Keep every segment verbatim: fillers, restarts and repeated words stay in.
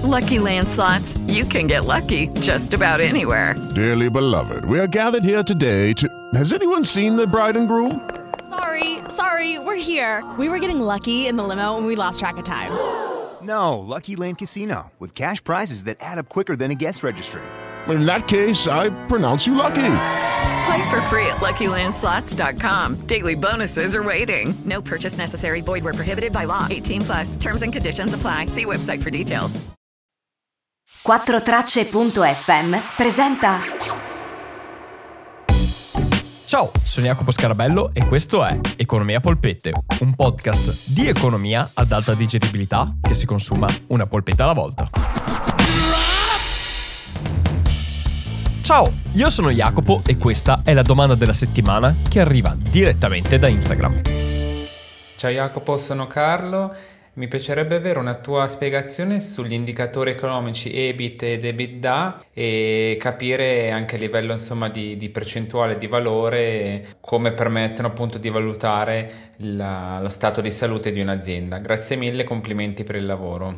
Lucky Land Slots, you can get lucky just about anywhere. Dearly beloved, we are gathered here today to... Has anyone seen the bride and groom? Sorry, sorry, we're here. We were getting lucky in the limo and we lost track of time. No, Lucky Land Casino, with cash prizes that add up quicker than a guest registry. In that case, I pronounce you lucky. Play for free at Lucky Land Slots dot com. Daily bonuses are waiting. No purchase necessary. Void where prohibited by law. eighteen plus. Terms and conditions apply. See website for details. quattro tracce punto effe emme presenta. Ciao, sono Jacopo Scarabello e questo è Economia Polpette, un podcast di economia ad alta digeribilità che si consuma una polpetta alla volta. Ciao, io sono Jacopo e questa è la domanda della settimana che arriva direttamente da Instagram. Ciao Jacopo, sono Carlo. Mi piacerebbe avere una tua spiegazione sugli indicatori economici E B I T ed EBITDA e capire anche a livello insomma di, di percentuale di valore come permettono appunto di valutare la, lo stato di salute di un'azienda. Grazie mille, complimenti per il lavoro.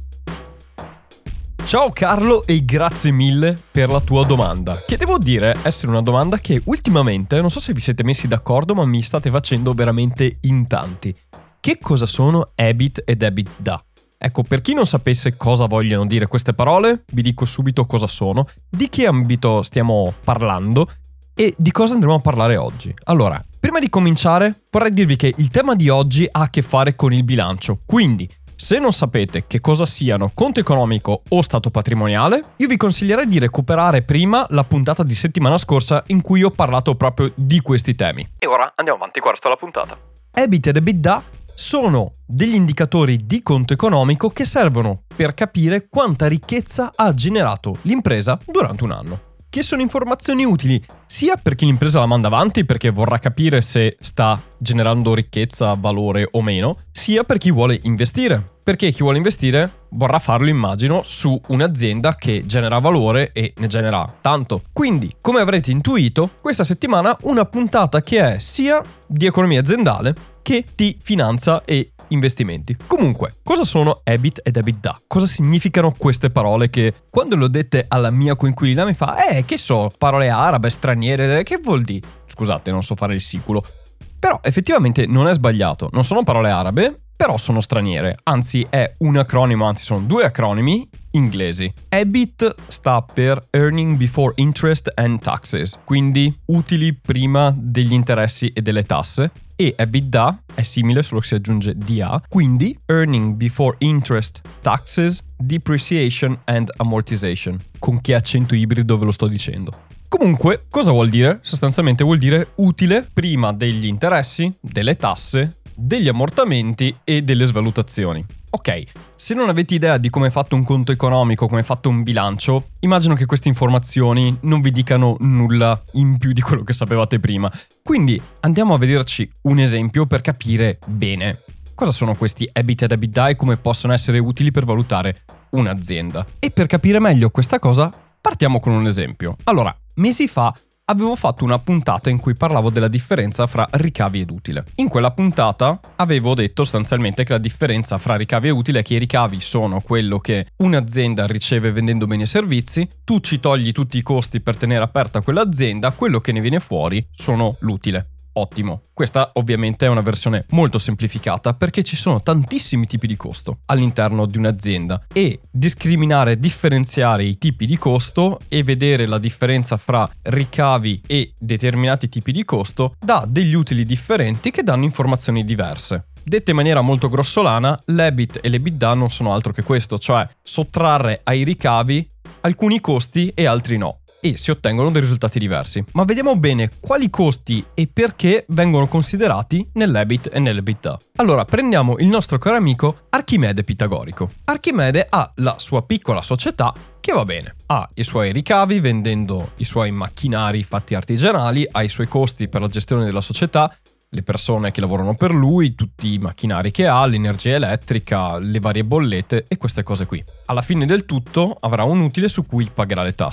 Ciao Carlo e grazie mille per la tua domanda, che devo dire essere una domanda che ultimamente, non so se vi siete messi d'accordo, ma mi state facendo veramente in tanti. Che cosa sono E B I T ed EBITDA? Ecco, per chi non sapesse cosa vogliono dire queste parole, vi dico subito cosa sono, di che ambito stiamo parlando e di cosa andremo a parlare oggi. Allora, prima di cominciare, vorrei dirvi che il tema di oggi ha a che fare con il bilancio, quindi se non sapete che cosa siano conto economico o stato patrimoniale, io vi consiglierei di recuperare prima la puntata di settimana scorsa in cui ho parlato proprio di questi temi. E ora andiamo avanti, quarto alla puntata. E B I T ed EBITDA sono degli indicatori di conto economico che servono per capire quanta ricchezza ha generato l'impresa durante un anno. Che sono informazioni utili sia per chi l'impresa la manda avanti perché vorrà capire se sta generando ricchezza, valore o meno, sia per chi vuole investire, perché chi vuole investire vorrà farlo, immagino, su un'azienda che genera valore e ne genera tanto. Quindi, come avrete intuito, questa settimana una puntata che è sia di economia aziendale che di finanza e investimenti. Comunque, cosa sono E B I T ed EBITDA? Cosa significano queste parole che, quando le ho dette alla mia coinquilina, mi fa Eh, che so, parole arabe, straniere, che vuol dire? Scusate, non so fare il siculo. Però effettivamente non è sbagliato, non sono parole arabe, però sono straniere. Anzi, è un acronimo, anzi sono due acronimi inglesi. E B I T sta per Earning Before Interest and Taxes, quindi utili prima degli interessi e delle tasse. E EBITDA è simile, solo che si aggiunge D A, quindi Earning Before Interest, Taxes, Depreciation and Amortization. Con che accento ibrido ve lo sto dicendo. Comunque, cosa vuol dire? Sostanzialmente vuol dire utile prima degli interessi, delle tasse, degli ammortamenti e delle svalutazioni. Ok, se non avete idea di come è fatto un conto economico, come è fatto un bilancio, immagino che queste informazioni non vi dicano nulla in più di quello che sapevate prima. Quindi andiamo a vederci un esempio per capire bene cosa sono questi E B I T ed EBITDA e come possono essere utili per valutare un'azienda. E per capire meglio questa cosa, partiamo con un esempio. Allora, mesi fa avevo fatto una puntata in cui parlavo della differenza fra ricavi ed utile. In quella puntata avevo detto sostanzialmente che la differenza fra ricavi e utile è che i ricavi sono quello che un'azienda riceve vendendo beni e servizi, tu ci togli tutti i costi per tenere aperta quell'azienda, quello che ne viene fuori sono l'utile. Ottimo. Questa ovviamente è una versione molto semplificata perché ci sono tantissimi tipi di costo all'interno di un'azienda e discriminare, differenziare i tipi di costo e vedere la differenza fra ricavi e determinati tipi di costo dà degli utili differenti che danno informazioni diverse. Dette in maniera molto grossolana, l'E B I T e l'EBITDA non sono altro che questo, cioè sottrarre ai ricavi alcuni costi e altri no. E si ottengono dei risultati diversi. Ma vediamo bene quali costi e perché vengono considerati nell'E B I T e nell'EBITDA. Allora, prendiamo il nostro caro amico Archimede Pitagorico. Archimede ha la sua piccola società che va bene. Ha i suoi ricavi vendendo i suoi macchinari fatti artigianali, ha i suoi costi per la gestione della società, le persone che lavorano per lui, tutti i macchinari che ha, l'energia elettrica, le varie bollette e queste cose qui. Alla fine del tutto avrà un utile su cui pagherà le tasse.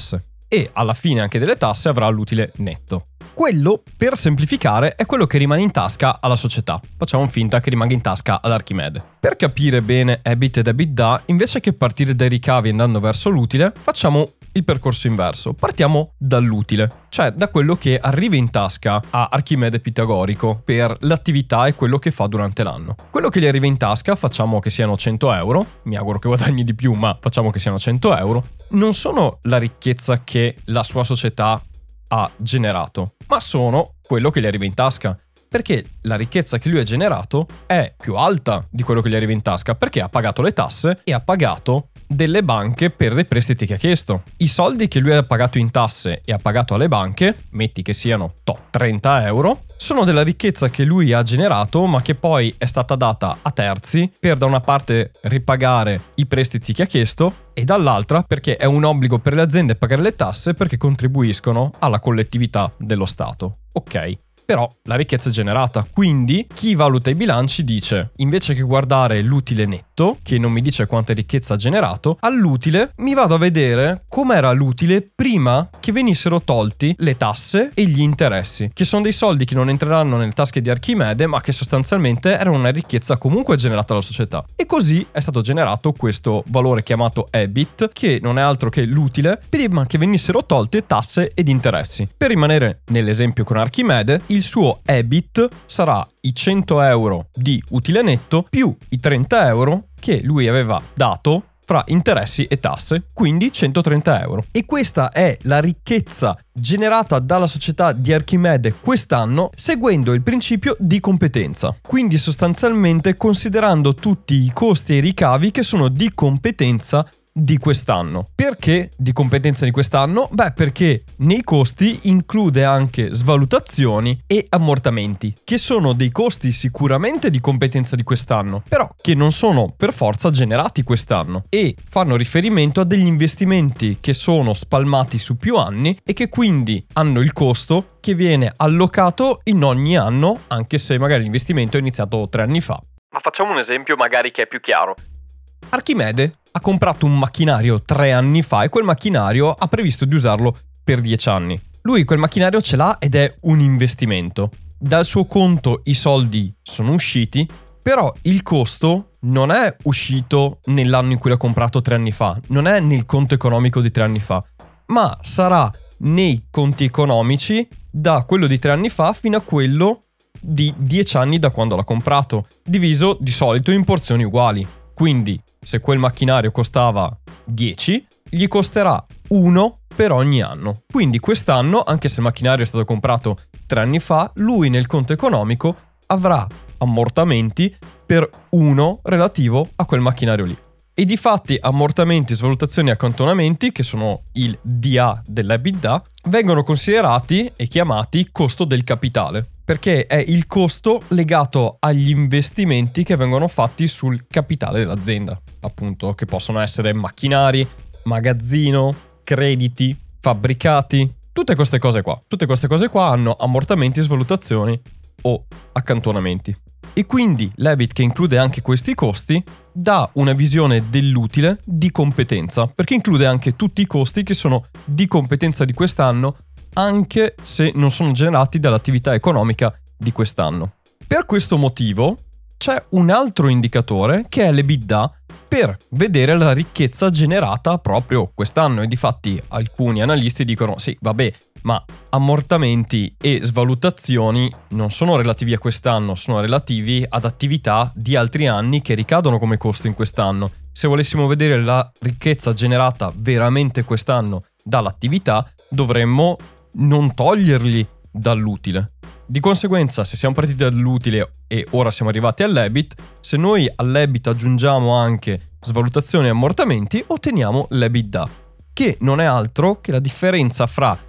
e alla fine anche delle tasse avrà l'utile netto. Quello, per semplificare, è quello che rimane in tasca alla società. Facciamo finta che rimanga in tasca ad Archimede. Per capire bene E B I T ed EBITDA, invece che partire dai ricavi andando verso l'utile, facciamo il percorso inverso. Partiamo dall'utile, cioè da quello che arriva in tasca a Archimede Pitagorico per l'attività e quello che fa durante l'anno. Quello che gli arriva in tasca, facciamo che siano cento euro, mi auguro che guadagni di più, ma facciamo che siano cento euro, non sono la ricchezza che la sua società ha generato, ma sono quello che gli arriva in tasca, perché la ricchezza che lui ha generato è più alta di quello che gli arriva in tasca, perché ha pagato le tasse e ha pagato delle banche per dei prestiti che ha chiesto. I soldi che lui ha pagato in tasse e ha pagato alle banche, metti che siano to, trenta euro, sono della ricchezza che lui ha generato ma che poi è stata data a terzi per da una parte ripagare i prestiti che ha chiesto e dall'altra perché è un obbligo per le aziende pagare le tasse perché contribuiscono alla collettività dello Stato. Ok. Però la ricchezza è generata, quindi chi valuta i bilanci dice, invece che guardare l'utile netto, che non mi dice quanta ricchezza ha generato, all'utile mi vado a vedere com'era l'utile prima che venissero tolti le tasse e gli interessi, che sono dei soldi che non entreranno nelle tasche di Archimede, ma che sostanzialmente erano una ricchezza comunque generata dalla società. E così è stato generato questo valore chiamato E B I T, che non è altro che l'utile prima che venissero tolte tasse ed interessi. Per rimanere nell'esempio con Archimede, il suo E B I T sarà i cento euro di utile netto più i trenta euro che lui aveva dato fra interessi e tasse, quindi centotrenta euro. E questa è la ricchezza generata dalla società di Archimede quest'anno seguendo il principio di competenza. Quindi sostanzialmente considerando tutti i costi e i ricavi che sono di competenza di quest'anno. Perché di competenza di quest'anno? Beh, perché nei costi include anche svalutazioni e ammortamenti, che sono dei costi sicuramente di competenza di quest'anno, però che non sono per forza generati quest'anno e fanno riferimento a degli investimenti che sono spalmati su più anni e che quindi hanno il costo che viene allocato in ogni anno, anche se magari l'investimento è iniziato tre anni fa. Ma facciamo un esempio magari che è più chiaro. Archimede ha comprato un macchinario tre anni fa e quel macchinario ha previsto di usarlo per dieci anni. Lui quel macchinario ce l'ha ed è un investimento. Dal suo conto i soldi sono usciti, però il costo non è uscito nell'anno in cui l'ha comprato tre anni fa, non è nel conto economico di tre anni fa, ma sarà nei conti economici da quello di tre anni fa fino a quello di dieci anni da quando l'ha comprato, diviso di solito in porzioni uguali. Quindi, se quel macchinario costava dieci, gli costerà uno per ogni anno. Quindi quest'anno, anche se il macchinario è stato comprato tre anni fa, lui nel conto economico avrà ammortamenti per uno relativo a quel macchinario lì. E difatti ammortamenti, svalutazioni e accantonamenti, che sono il D A dell'EBITDA, vengono considerati e chiamati costo del capitale, perché è il costo legato agli investimenti che vengono fatti sul capitale dell'azienda, appunto, che possono essere macchinari, magazzino, crediti, fabbricati, tutte queste cose qua. Tutte queste cose qua hanno ammortamenti, svalutazioni o accantonamenti. E quindi l'E B I T, che include anche questi costi, dà una visione dell'utile di competenza, perché include anche tutti i costi che sono di competenza di quest'anno, anche se non sono generati dall'attività economica di quest'anno. Per questo motivo c'è un altro indicatore che è l'EBITDA per vedere la ricchezza generata proprio quest'anno, e difatti alcuni analisti dicono sì, vabbè, ma ammortamenti e svalutazioni non sono relativi a quest'anno, sono relativi ad attività di altri anni che ricadono come costo in quest'anno. Se volessimo vedere la ricchezza generata veramente quest'anno dall'attività, dovremmo non toglierli dall'utile. Di conseguenza, se siamo partiti dall'utile e ora siamo arrivati all'E B I T, se noi all'E B I T aggiungiamo anche svalutazioni e ammortamenti, otteniamo l'EBITDA, che non è altro che la differenza fra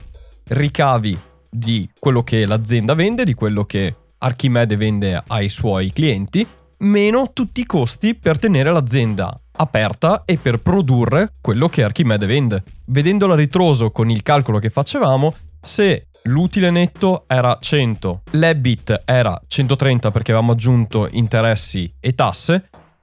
ricavi di quello che l'azienda vende, di quello che Archimede vende ai suoi clienti, meno tutti i costi per tenere l'azienda aperta e per produrre quello che Archimede vende. Vedendolo a ritroso con il calcolo che facevamo, se l'utile netto era cento, l'E B I T era centotrenta perché avevamo aggiunto interessi e tasse,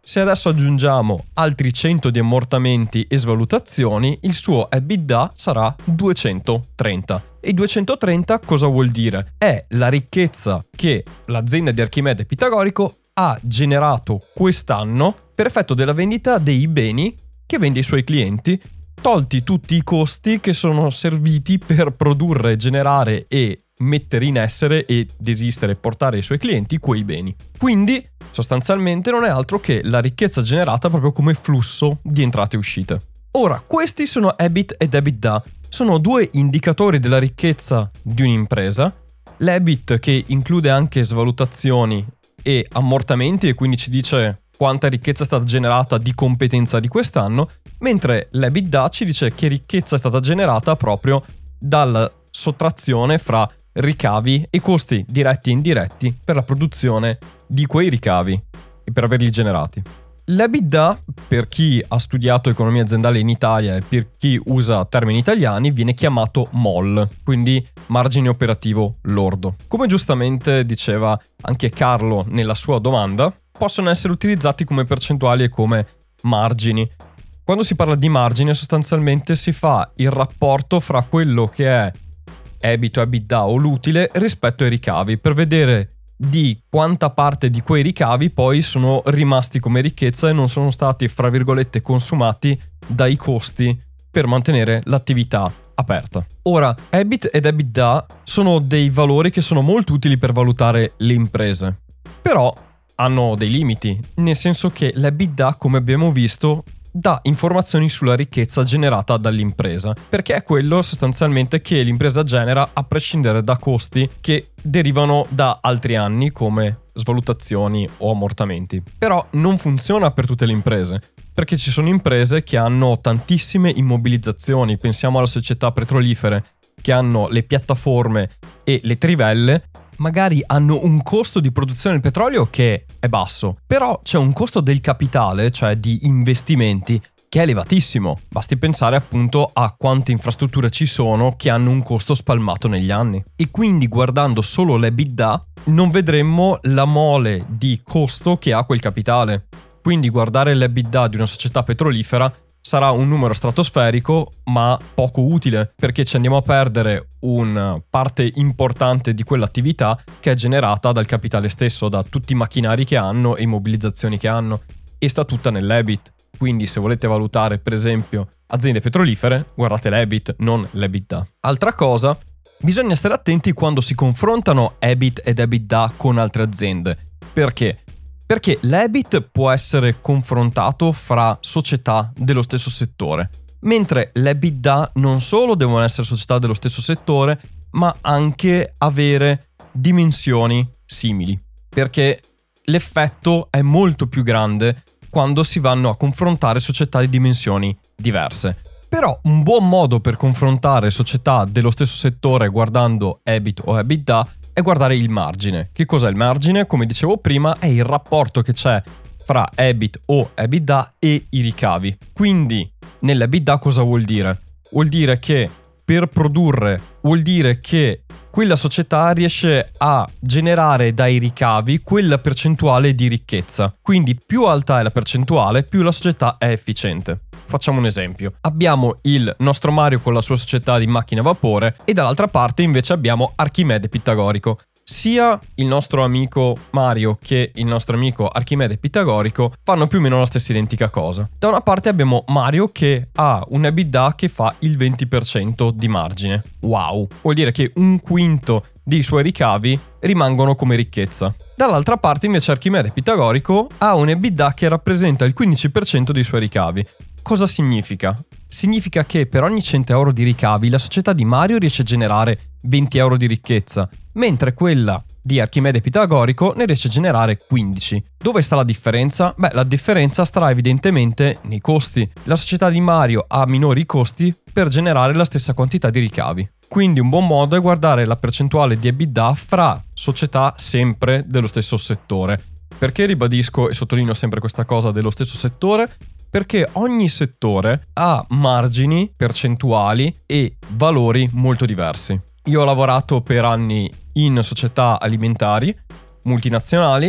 Se adesso aggiungiamo altri cento di ammortamenti e svalutazioni, il suo EBITDA sarà duecentotrenta. E duecentotrenta cosa vuol dire? È la ricchezza che l'azienda di Archimede Pitagorico ha generato quest'anno per effetto della vendita dei beni che vende ai suoi clienti, tolti tutti i costi che sono serviti per produrre, generare e mettere in essere ed esistere e portare ai suoi clienti quei beni. Quindi sostanzialmente non è altro che la ricchezza generata proprio come flusso di entrate e uscite. Ora, questi sono E B I T ed EBITDA, sono due indicatori della ricchezza di un'impresa. L'E B I T che include anche svalutazioni e ammortamenti e quindi ci dice quanta ricchezza è stata generata di competenza di quest'anno, mentre l'EBITDA ci dice che ricchezza è stata generata proprio dalla sottrazione fra ricavi e costi diretti e indiretti per la produzione di quei ricavi e per averli generati. L'EBITDA, per chi ha studiato economia aziendale in Italia e per chi usa termini italiani, viene chiamato M O L, quindi margine operativo lordo. Come giustamente diceva anche Carlo nella sua domanda, possono essere utilizzati come percentuali e come margini. Quando si parla di margine, sostanzialmente si fa il rapporto fra quello che è E B I T o EBITDA o l'utile rispetto ai ricavi, per vedere di quanta parte di quei ricavi poi sono rimasti come ricchezza e non sono stati, fra virgolette, consumati dai costi per mantenere l'attività aperta. Ora, E B I T ed EBITDA sono dei valori che sono molto utili per valutare le imprese, però hanno dei limiti, nel senso che l'EBITDA, come abbiamo visto, dà informazioni sulla ricchezza generata dall'impresa, perché è quello sostanzialmente che l'impresa genera a prescindere da costi che derivano da altri anni come svalutazioni o ammortamenti. Però non funziona per tutte le imprese, perché ci sono imprese che hanno tantissime immobilizzazioni, pensiamo alle società petrolifere che hanno le piattaforme e le trivelle, magari hanno un costo di produzione del petrolio che è basso, però c'è un costo del capitale, cioè di investimenti, che è elevatissimo. Basti pensare appunto a quante infrastrutture ci sono che hanno un costo spalmato negli anni. E quindi guardando solo l'EBITDA non vedremmo la mole di costo che ha quel capitale. Quindi guardare l'EBITDA di una società petrolifera sarà un numero stratosferico ma poco utile, perché ci andiamo a perdere una parte importante di quell'attività che è generata dal capitale stesso, da tutti i macchinari che hanno e immobilizzazioni che hanno, e sta tutta nell'E B I T. Quindi se volete valutare per esempio aziende petrolifere, guardate l'E B I T, non l'EBITDA. Altra cosa, bisogna stare attenti quando si confrontano E B I T ed EBITDA con altre aziende. Perché? Perché l'E B I T può essere confrontato fra società dello stesso settore, mentre l'EBITDA non solo devono essere società dello stesso settore, ma anche avere dimensioni simili, perché l'effetto è molto più grande quando si vanno a confrontare società di dimensioni diverse. Però un buon modo per confrontare società dello stesso settore guardando E B I T o EBITDA è guardare il margine. Che cos'è il margine? Come dicevo prima, è il rapporto che c'è fra E B I T o EBITDA e i ricavi. Quindi nell'EBITDA cosa vuol dire? Vuol dire che per produrre, vuol dire che quella società riesce a generare dai ricavi quella percentuale di ricchezza. Quindi più alta è la percentuale, più la società è efficiente. Facciamo un esempio. Abbiamo il nostro Mario con la sua società di macchine a vapore e dall'altra parte invece abbiamo Archimede Pitagorico. Sia il nostro amico Mario che il nostro amico Archimede Pitagorico fanno più o meno la stessa identica cosa. Da una parte abbiamo Mario che ha un EBITDA che fa il venti per cento di margine. Wow! Vuol dire che un quinto dei suoi ricavi rimangono come ricchezza. Dall'altra parte invece Archimede Pitagorico ha un EBITDA che rappresenta il quindici per cento dei suoi ricavi. Cosa significa? Significa che per ogni cento euro di ricavi la società di Mario riesce a generare venti euro di ricchezza, mentre quella di Archimede Pitagorico ne riesce a generare quindici. Dove sta la differenza? Beh, la differenza starà evidentemente nei costi. La società di Mario ha minori costi per generare la stessa quantità di ricavi. Quindi un buon modo è guardare la percentuale di EBITDA fra società sempre dello stesso settore. Perché ribadisco e sottolineo sempre questa cosa dello stesso settore? Perché ogni settore ha margini, percentuali e valori molto diversi. Io ho lavorato per anni in società alimentari, multinazionali,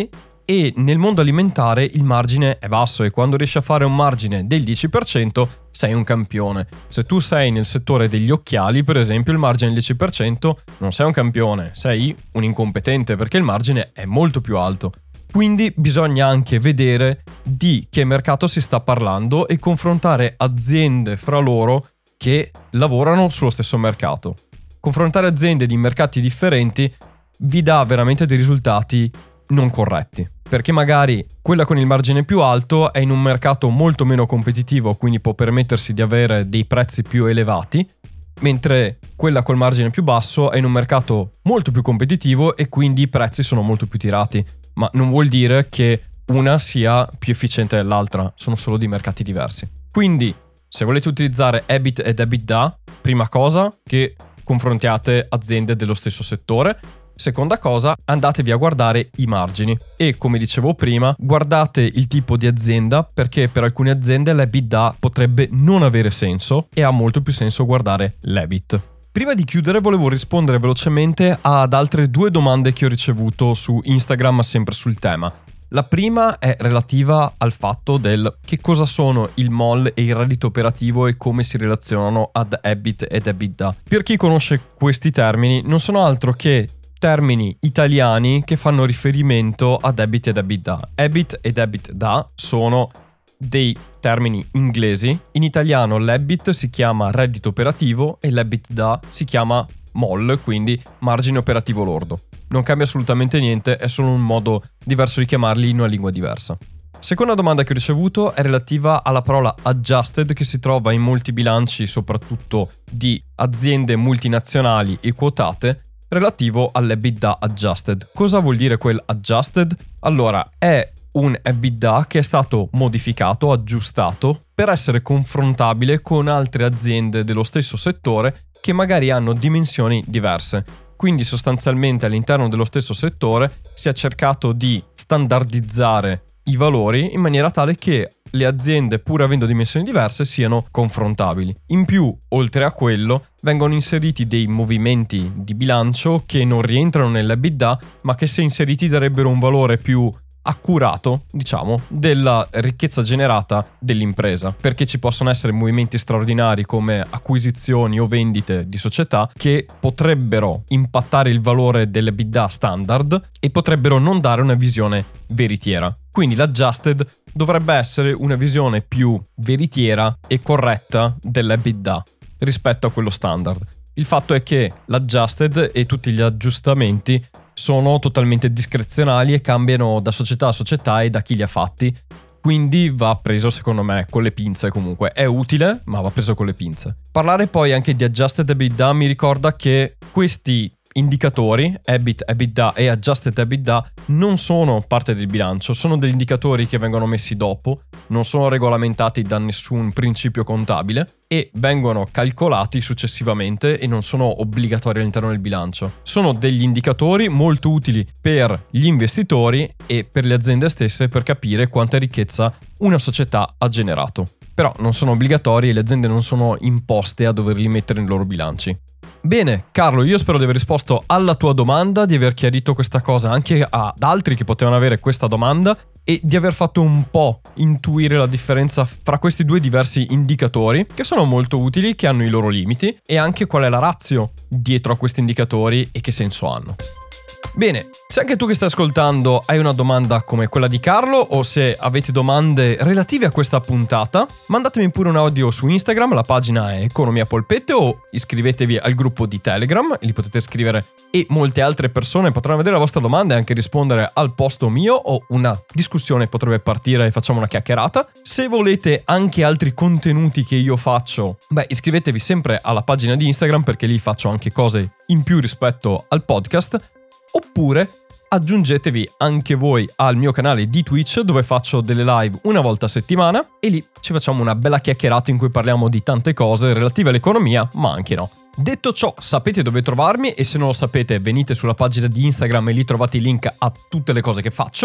e nel mondo alimentare il margine è basso e quando riesci a fare un margine del dieci per cento sei un campione. Se tu sei nel settore degli occhiali, per esempio, il margine del dieci per cento non sei un campione, sei un incompetente perché il margine è molto più alto. Quindi bisogna anche vedere di che mercato si sta parlando e confrontare aziende fra loro che lavorano sullo stesso mercato. Confrontare aziende di mercati differenti vi dà veramente dei risultati non corretti, perché magari quella con il margine più alto è in un mercato molto meno competitivo, quindi può permettersi di avere dei prezzi più elevati, mentre quella col margine più basso è in un mercato molto più competitivo e quindi i prezzi sono molto più tirati. Ma non vuol dire che una sia più efficiente dell'altra, sono solo di mercati diversi. Quindi, se volete utilizzare E B I T ed EBITDA, prima cosa che confrontiate aziende dello stesso settore. Seconda cosa, andatevi a guardare i margini e, come dicevo prima, guardate il tipo di azienda, perché per alcune aziende l'EBITDA potrebbe non avere senso e ha molto più senso guardare l'E B I T. Prima di chiudere volevo rispondere velocemente ad altre due domande che ho ricevuto su Instagram sempre sul tema. La prima è relativa al fatto del che cosa sono il M O L e il reddito operativo e come si relazionano ad E B I T ed EBITDA. Per chi conosce questi termini, non sono altro che termini italiani che fanno riferimento ad E B I T ed EBITDA. E B I T ed EBITDA sono dei termini inglesi. In italiano l'E B I T si chiama reddito operativo e l'EBITDA si chiama M O L, quindi margine operativo lordo. Non cambia assolutamente niente, è solo un modo diverso di chiamarli in una lingua diversa. Seconda domanda che ho ricevuto è relativa alla parola adjusted, che si trova in molti bilanci, soprattutto di aziende multinazionali e quotate, relativo all'EBITDA adjusted. Cosa vuol dire quel adjusted? Allora, è un EBITDA che è stato modificato, aggiustato, per essere confrontabile con altre aziende dello stesso settore che magari hanno dimensioni diverse. Quindi sostanzialmente all'interno dello stesso settore si è cercato di standardizzare i valori in maniera tale che le aziende, pur avendo dimensioni diverse, siano confrontabili. In più, oltre a quello, vengono inseriti dei movimenti di bilancio che non rientrano nell'EBITDA, ma che se inseriti darebbero un valore più accurato, diciamo, della ricchezza generata dell'impresa, perché ci possono essere movimenti straordinari come acquisizioni o vendite di società che potrebbero impattare il valore dell'EBITDA standard e potrebbero non dare una visione veritiera. Quindi l'adjusted dovrebbe essere una visione più veritiera e corretta dell'EBITDA rispetto a quello standard. Il fatto è che l'adjusted e tutti gli aggiustamenti sono totalmente discrezionali e cambiano da società a società e da chi li ha fatti, quindi va preso secondo me con le pinze. Comunque è utile, ma va preso con le pinze. Parlare poi anche di adjusted EBITDA mi ricorda che questi indicatori, E B I T, EBITDA e adjusted EBITDA, non sono parte del bilancio, sono degli indicatori che vengono messi dopo, non sono regolamentati da nessun principio contabile e vengono calcolati successivamente e non sono obbligatori all'interno del bilancio. Sono degli indicatori molto utili per gli investitori e per le aziende stesse per capire quanta ricchezza una società ha generato. Però non sono obbligatori e le aziende non sono imposte a doverli mettere nei loro bilanci. Bene, Carlo, io spero di aver risposto alla tua domanda, di aver chiarito questa cosa anche ad altri che potevano avere questa domanda e di aver fatto un po' intuire la differenza fra questi due diversi indicatori, che sono molto utili, che hanno i loro limiti, e anche qual è la ratio dietro a questi indicatori e che senso hanno. Bene, se anche tu che stai ascoltando hai una domanda come quella di Carlo o se avete domande relative a questa puntata, mandatemi pure un audio su Instagram, la pagina è Economia Polpette, o iscrivetevi al gruppo di Telegram, lì potete scrivere e molte altre persone potranno vedere la vostra domanda e anche rispondere al posto mio, o una discussione potrebbe partire e facciamo una chiacchierata. Se volete anche altri contenuti che io faccio, beh, iscrivetevi sempre alla pagina di Instagram, perché lì faccio anche cose in più rispetto al podcast. Oppure aggiungetevi anche voi al mio canale di Twitch, dove faccio delle live una volta a settimana e lì ci facciamo una bella chiacchierata in cui parliamo di tante cose relative all'economia, ma anche no. Detto ciò, sapete dove trovarmi e se non lo sapete venite sulla pagina di Instagram e lì trovate i link a tutte le cose che faccio.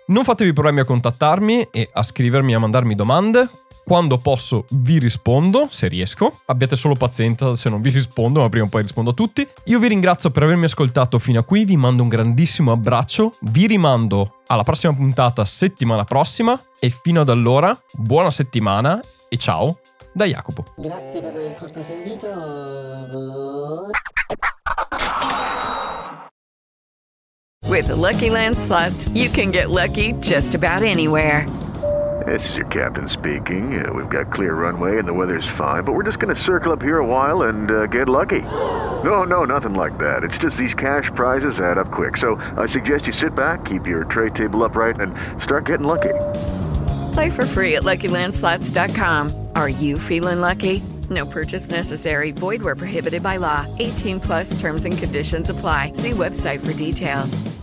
Non fatevi problemi a contattarmi e a scrivermi, a mandarmi domande. Quando posso vi rispondo, se riesco. Abbiate solo pazienza se non vi rispondo, ma prima o poi rispondo a tutti. Io vi ringrazio per avermi ascoltato fino a qui, vi mando un grandissimo abbraccio, vi rimando alla prossima puntata settimana prossima e fino ad allora buona settimana e ciao da Jacopo. Grazie per il corteso invito. With the Lucky Land Slots, you can get lucky just about anywhere. This is your captain speaking. Uh, we've got clear runway and the weather's fine, but we're just going to circle up here a while and uh, get lucky. No, no, nothing like that. It's just these cash prizes add up quick. So I suggest you sit back, keep your tray table upright, and start getting lucky. Play for free at Lucky Land Slots dot com. Are you feeling lucky? No purchase necessary. Void where prohibited by law. eighteen plus terms and conditions apply. See website for details.